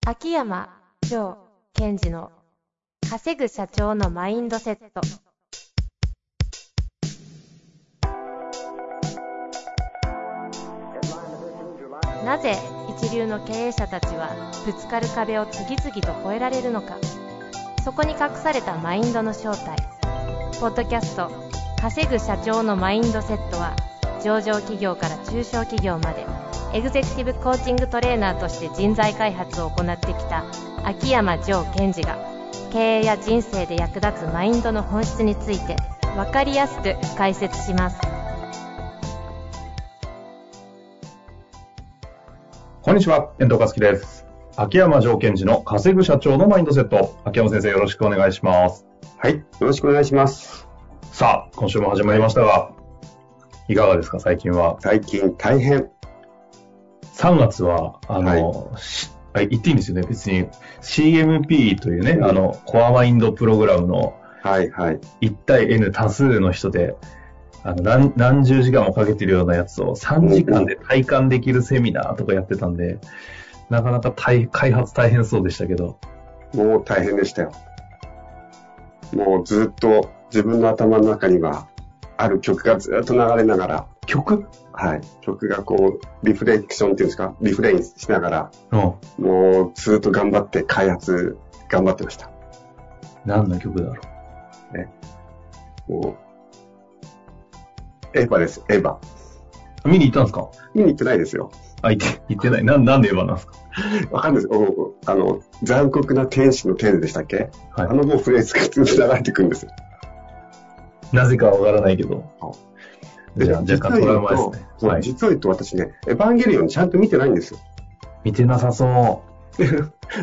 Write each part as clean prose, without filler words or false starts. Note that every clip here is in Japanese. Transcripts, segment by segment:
秋山城賢治の稼ぐ社長のマインドセット。なぜ一流の経営者たちはぶつかる壁を次々と越えられるのか。そこに隠されたマインドの正体。ポッドキャスト稼ぐ社長のマインドセットは、上場企業から中小企業までエグゼクティブコーチングトレーナーとして人材開発を行ってきた秋山城賢治が、経営や人生で役立つマインドの本質について分かりやすく解説します。 こんにちは、遠藤和樹です。秋山城賢治の稼ぐ社長のマインドセット。秋山先生、よろしくお願いします。 はい、よろしくお願いします。 さあ、今週も始まりましたが、いかがですか、最近は。 最近大変。 3月は、言っていいんですよね、別に。CMP というね、コアマインドプログラムの、1対 N 多数の人で、何十時間もかけてるようなやつを3時間で体感できるセミナーとかやってたんで、なかなか開発大変そうでしたけど。 もう大変でしたよ。もうずっと自分の頭の中には、ある曲がずっと流れながら。 曲？ はい。曲がこう、リフレクションっていうんですか、リフレインしながら、もうずっと頑張って開発、頑張ってました。 何の曲だろう。 ね。もう、エヴァです、エヴァ。 見に行ったんですか？ 見に行ってないですよ。 行ってない。なんでエヴァなんですか？ わかんないです。残酷な天使のテーゼでしたっけ？はい。もうフレーズがずっと流れてくるんですよ。 なぜかわからないけど。じゃあ、トラウマですね。 はい、実を言うと私ね、エヴァンゲリオンちゃんと見てないんですよ。 見てなさそう。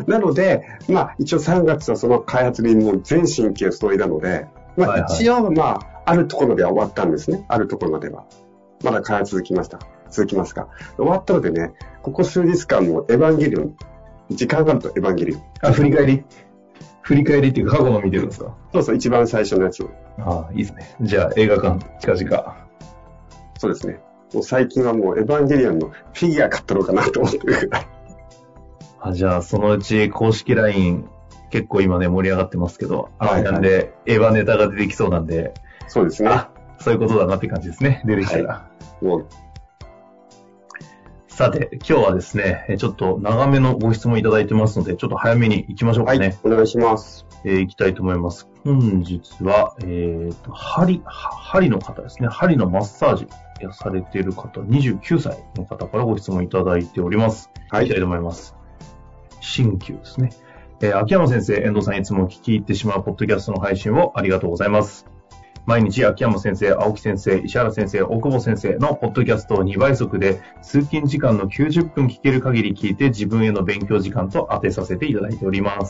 なので、一応3月はその開発にもう全神経注いだので、一応あるところでは終わったんですね。あるところまでは。まだ開発続きますか。終わったのでね、ここ数日間もエヴァンゲリオン、時間があるとエヴァンゲリオン。 振り返りっていうか過去の見てるんですか？ そう、一番最初のやつを。 いいですね。じゃあ映画館、近々。 そうですね。もう最近はもうエヴァンゲリオンのフィギュア買ったのかなと思ってるぐらい。 じゃあそのうち公式 LINE 結構今ね盛り上がってますけど、なんでエヴァネタが出てきそうなんで。 そうですね。 そういうことだなって感じですね。出てきたら。 もうさて、今日はですね、ちょっと長めのご質問いただいてますので、ちょっと早めに行きましょうかね。 はい、お願いします。 行きたいと思います。本日は、針の方ですね。針のマッサージされている方、29歳の方からご質問いただいております。はい。行きたいと思います。鍼灸ですね。秋山先生、遠藤さん、いつも聞き入ってしまうポッドキャストの配信をありがとうございます。毎日秋山先生、青木先生、石原先生、大久保先生のポッドキャストを2倍速で通勤時間の90分聞ける限り聞いて自分への勉強時間と当てさせていただいております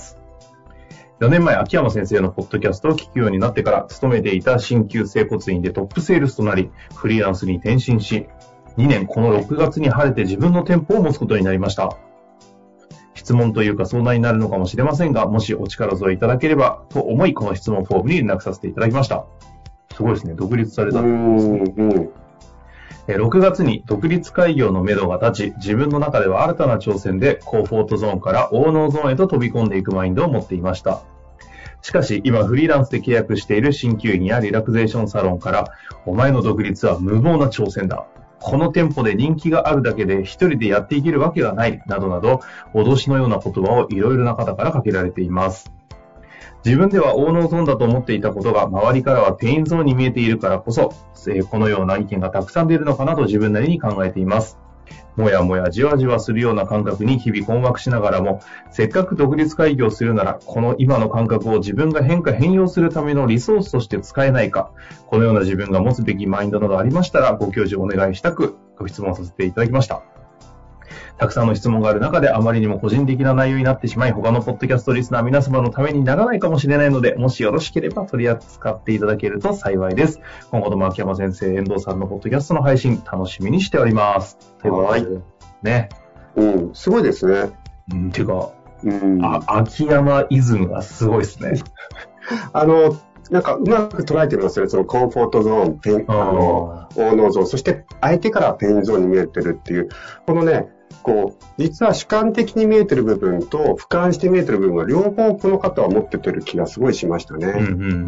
。4年前、秋山先生のポッドキャストを聞くようになってから勤めていた鍼灸整骨院でトップセールスとなり、フリーランスに転身し、2年この6月に晴れて自分の店舗を持つことになりました。質問というか相談になるのかもしれませんが、もしお力添えいただければと思い、この質問フォームに連絡させていただきました。すごいですね。独立されたんですね。6月に独立開業の目処が立ち、自分の中では新たな挑戦でコンフォートゾーンからオーノーゾーンへと飛び込んでいくマインドを持っていました。しかし今フリーランスで契約している鍼灸院やリラクゼーションサロンから、お前の独立は無謀な挑戦だ。この店舗で人気があるだけで一人でやっていけるわけがない。などなど、脅しのような言葉をいろいろな方からかけられています。自分ではオーノーゾーンだと思っていたことが、周りからはペインゾーンに見えているからこそ、このような意見がたくさん出るのかなと自分なりに考えています。もやもやじわじわするような感覚に日々困惑しながらも、せっかく独立開業するなら、この今の感覚を自分が変容するためのリソースとして使えないか、このような自分が持つべきマインドなどありましたら、ご教授お願いしたく、ご質問させていただきました。たくさんの質問がある中であまりにも個人的な内容になってしまい、他のポッドキャストリスナー皆様のためにならないかもしれないので、もしよろしければ取り扱っていただけると幸いです。今後とも秋山先生、遠藤さんのポッドキャストの配信楽しみにしております。ということでね。 すごいですね。 ていうか、秋山イズムがすごいですね。 なんかうまく捉えてますよね。そのコンフォートゾーン、オーノーゾーン、そして相手からペインゾーンに見えてるっていう、このね、 実は主観的に見えてる部分と俯瞰して見えてる部分は両方この方は持っててる気がすごいしましたね。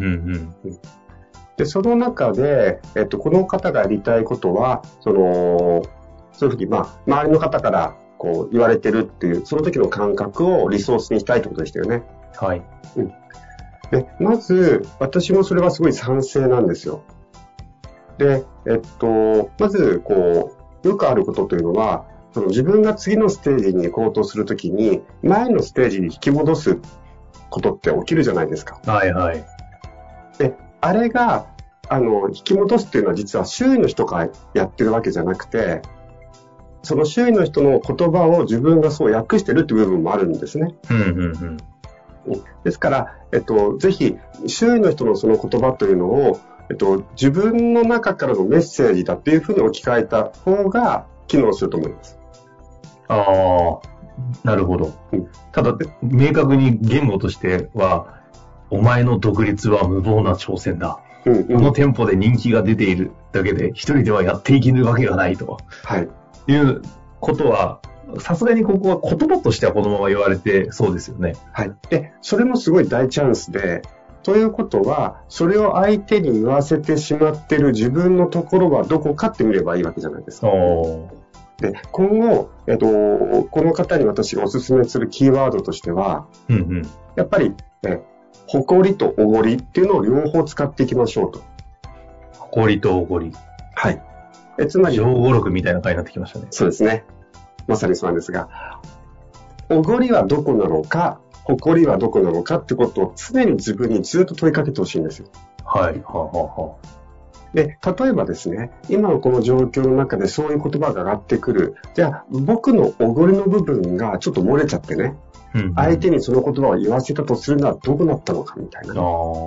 で、その中で、この方がやりたいことは、そういうふうに、周りの方から言われてるっていう、その時の感覚をリソースにしたいってことでしたよね。 はい。 で、まず、私もそれはすごい賛成なんですよ。で、まず、よくあることというのは、自分が次のステージに行こうとするときに、前のステージに引き戻すことって起きるじゃないですか。 はいはい。 で、あれが、引き戻すっていうのは実は周囲の人がやってるわけじゃなくて、その周囲の人の言葉を自分がそう訳してるっていう部分もあるんですね。ですから、ぜひ、周囲の人のその言葉というのを、自分の中からのメッセージだっていうふうに置き換えた方が機能すると思います。 ああ、なるほど。ただ、明確に言語としては、お前の独立は無謀な挑戦だ。この店舗で人気が出ているだけで、一人ではやっていけるわけがないと。 はい。 いうことは、さすがにここは言葉としてはこのまま言われてそうですよね。 はい。で、それもすごい大チャンスで、ということは、それを相手に言わせてしまっている自分のところはどこかって見ればいいわけじゃないですか。で、今後、この方に私がお勧めするキーワードとしては、やっぱり、誇りとおごりっていうのを両方使っていきましょうと。 誇りとおごり。 はい。つまり、 情語録みたいな回になってきましたね。 そうですね。まさにそうなんですが、おごりはどこなのか、誇りはどこなのかってことを常に自分にずっと問いかけてほしいんですよ。 はい。 で、例えばですね、今のこの状況の中でそういう言葉が上がってくる。じゃあ、僕のおごりの部分がちょっと漏れちゃってね、相手にその言葉を言わせたとするのはどうなったのかみたいな。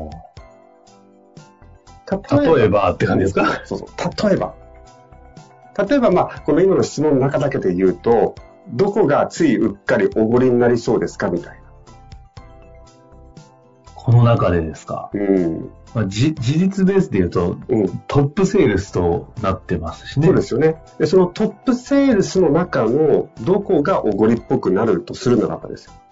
例えばって感じですか？ そう。例えば、この今の質問の中だけで言うと、どこがついうっかりおごりになりそうですかみたいな。 この中でですか？事実ベースで言うと、トップセールスとなってますしね。 そうですよね。で、そのトップセールスの中のどこがおごりっぽくなるとするならばですよ。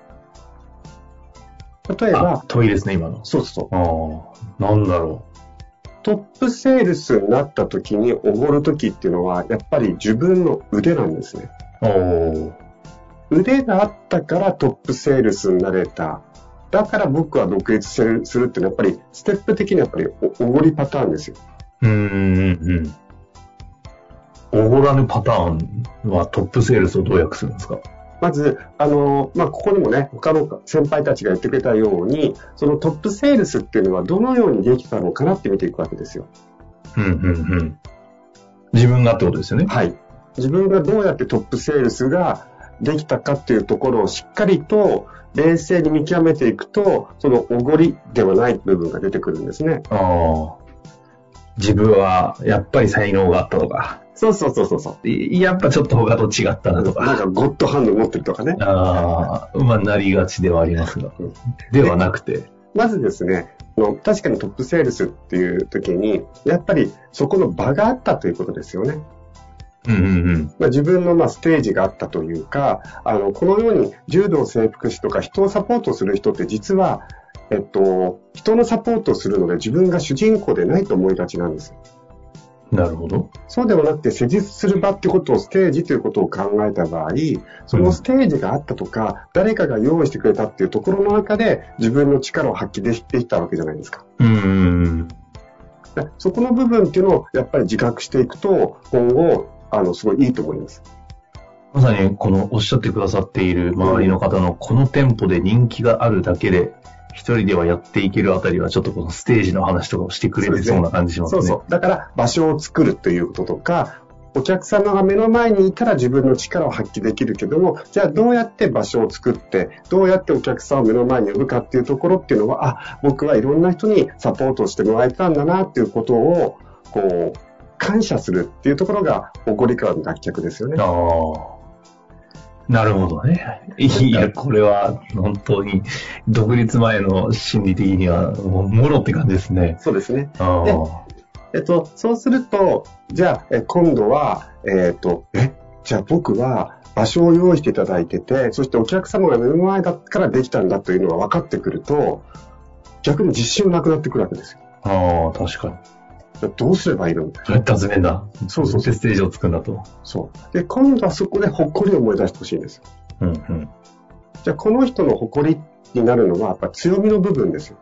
例えば。 問いですね、今の。 そう。 なんだろう。 トップセールスになった時におごる時っていうのは、やっぱり自分の腕なんですね。腕があったからトップセールスになれた。だから僕は独立するっていうのはやっぱりステップ的にやっぱりおごりパターンですよ。 おごらぬパターンはトップセールスをどう訳するんですか？ まず、ここにもね、他の先輩たちが言ってくれたように、そのトップセールスっていうのはどのようにできたのかなって見ていくわけですよ。 自分がってことですよね。 はい。自分がどうやってトップセールスができたかっていうところをしっかりと冷静に見極めていくと、そのおごりではない部分が出てくるんですね。 自分はやっぱり才能があったとか。 そう。 やっぱちょっと他と違ったなとか。 なんかゴッドハンド持ってるとかね。 なりがちではありますが。ではなくて。 まずですね、確かにトップセールスっていう時に、やっぱりそこの場があったということですよね。自分のステージがあったというか、このように柔道整復師とか人をサポートする人って実は、人のサポートをするので自分が主人公でないと思いがちなんです。 なるほど。 そうではなくて施術する場ってことをステージということを考えた場合、そのステージがあったとか、誰かが用意してくれたっていうところの中で自分の力を発揮できてきたわけじゃないですか。そこの部分っていうのをやっぱり自覚していくと今後すごいいいと思います。 まさにこのおっしゃってくださっている周りの方のこの店舗で人気があるだけで一人ではやっていけるあたりはちょっとこのステージの話とかをしてくれてそうな感じしますね。 そう。だから場所を作るということとか、お客様が目の前にいたら自分の力を発揮できるけども、じゃあどうやって場所を作って、どうやってお客さんを目の前に呼ぶかっていうところっていうのは、僕はいろんな人にサポートしてもらえたんだなっていうことを、感謝するっていうところがおごりからの脱却ですよね。 なるほどね。いや、これは本当に独立前の心理的にはもろって感じですね。 そうですね。そうすると、じゃあ今度はじゃあ僕は場所を用意していただいてて、そしてお客様が目の前だからできたんだというのが分かってくると、逆に自信なくなってくるわけですよ。 ああ、確かに。 どうすればいいのみたいな。 どうやって集めんだ。 そうそうそう。 ステージを作るんだと。 そう。で、今度はそこで誇りを思い出してほしいんですよ。 うんうん。 じゃあ、この人の誇りになるのは、やっぱ強みの部分ですよ。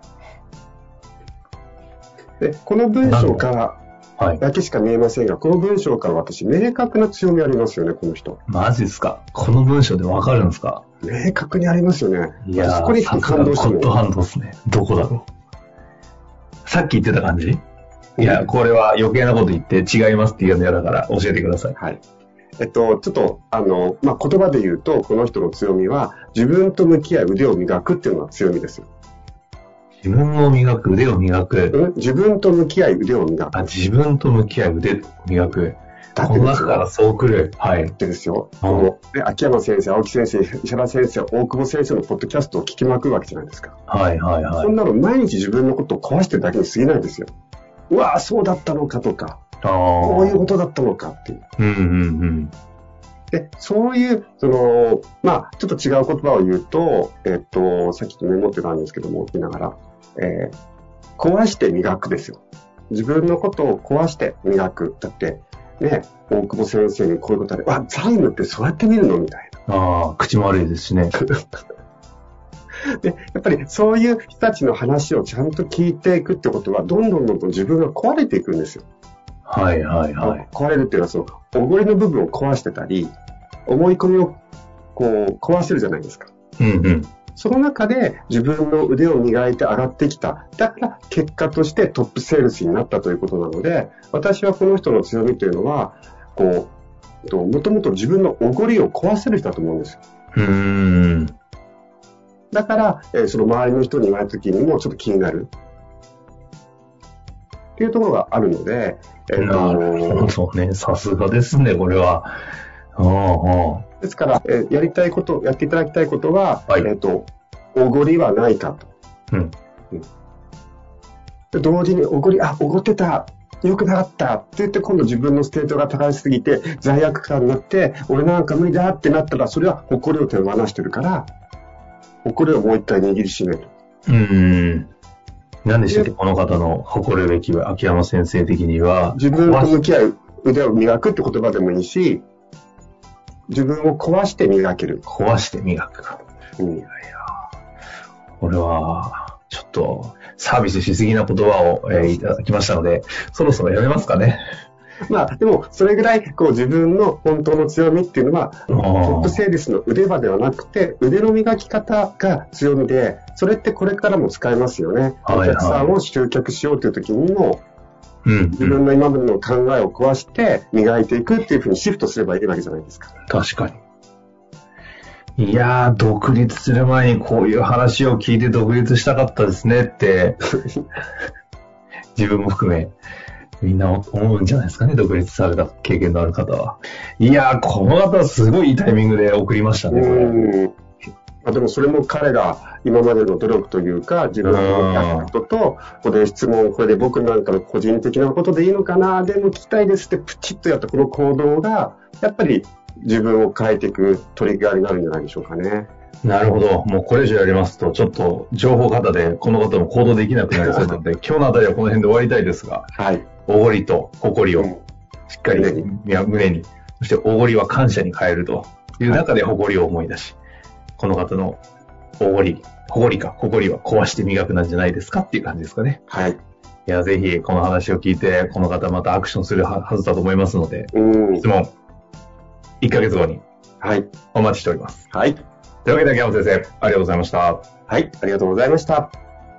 で、この文章からだけしか見えませんが、この文章から私、明確な強みありますよね、この人。 マジですか？この文章でわかるんですか？ 明確にありますよね。 いやー、 そこに感動してる。 ゴッドハンドですね。どこだろう。さっき言ってた感じ？いや、これは余計なこと言って違いますって言うの嫌だから教えてください。 はい。ちょっと、言葉で言うと、この人の強みは、自分と向き合い腕を磨くっていうのが強みですよ。 自分を磨く、腕を磨く。 自分と向き合い腕を磨く。 あ、自分と向き合い腕を磨く。 だってこの中からそう来る。はい。 だってですよ。秋山先生、青木先生、石原先生、大久保先生のポッドキャストを聞きまくるわけじゃないですか。 はいはいはい。 そんなの毎日自分のことを壊してるだけに過ぎないですよ。うわぁ、そうだったのかとか、こういうことだったのかっていう。 うんうんうん。 で、そういう、ちょっと違う言葉を言うと、さっきメモってたんですけども、見ながら、壊して磨くですよ。自分のことを壊して磨く。だって、ね、大久保先生にこういうことあれ、財務ってそうやって見るのみたいな。 ああ、口も悪いですしね。 で、やっぱりそういう人たちの話をちゃんと聞いていくってことは、どんどん自分が壊れていくんですよ。 はいはいはい。 壊れるっていうのは、その、おごりの部分を壊してたり、思い込みをこう壊してるじゃないですか。 うんうん。 その中で自分の腕を磨いて上がってきた。だから結果としてトップセールスになったということなので、私はこの人の強みというのは、もともと自分のおごりを壊せる人だと思うんですよ。だから、その周りの人に言われた時にもちょっと気になる。っていうところがあるので、 なるほどね。さすがですね、これは。 ですから、やっていただきたいことは、 はい、 おごりはないかと。同時におごってた、良くなかったって言って今度自分のステートが高すぎて罪悪感になって、俺なんか無理だってなったら、それは誇りを手放してるから、誇りをもう一回握りしめる。 何でしたっけ、この方の誇るべきは、秋山先生的には。 自分と向き合う腕を磨くって言葉でもいいし、自分を壊して磨ける。 壊して磨くか。いやいや、これは、ちょっと、サービスしすぎな言葉を、いただきましたので、そろそろやめますかね。 でも、それぐらい、自分の本当の強みっていうのは、トップセールスの腕場ではなくて、腕の磨き方が強みで、それってこれからも使えますよね。お客さんを集客しようという時にも、自分の今までの考えを壊して磨いていくっていうふうにシフトすればいいわけじゃないですか。 確かに。いやー、独立する前にこういう話を聞いて独立したかったですねって、自分も含め、みんな思うんじゃないですかね、独立された経験のある方は。いやー、この方はすごいいいタイミングで送りましたね、これ。 でもそれも彼が今までの努力というか、自分のやったことと、ここで質問、これで僕なんかの個人的なことでいいのかな、でも聞きたいですってプチッとやったこの行動が、やっぱり自分を変えていくトリガーになるんじゃないでしょうかね。 なるほど。もうこれ以上やりますと、ちょっと情報型でこの方も行動できなくなりそうなので、今日のあたりはこの辺で終わりたいですが、 はい。 おごりと誇りをしっかり胸に、そしておごりは感謝に変えるという中で誇りを思い出し、この方の誇りは壊して磨くなんじゃないですかっていう感じですかね。 はい。 いや、ぜひこの話を聞いて、この方またアクションするはずだと思いますので、質問、1ヶ月後に、お待ちしております。 はい。 というわけで、秋山先生、ありがとうございました。 はい、ありがとうございました。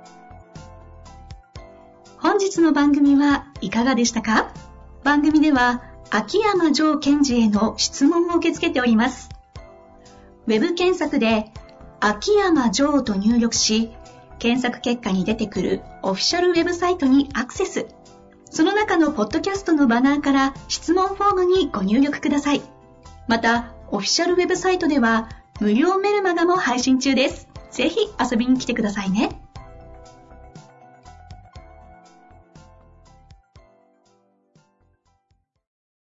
本日の番組はいかがでしたか？番組では、秋山城賢治への質問を受け付けております。ウェブ検索で、秋山城と入力し、検索結果に出てくるオフィシャルウェブサイトにアクセス。その中のポッドキャストのバナーから質問フォームにご入力ください。また、オフィシャルウェブサイトでは無料メルマガも配信中です。ぜひ遊びに来てくださいね。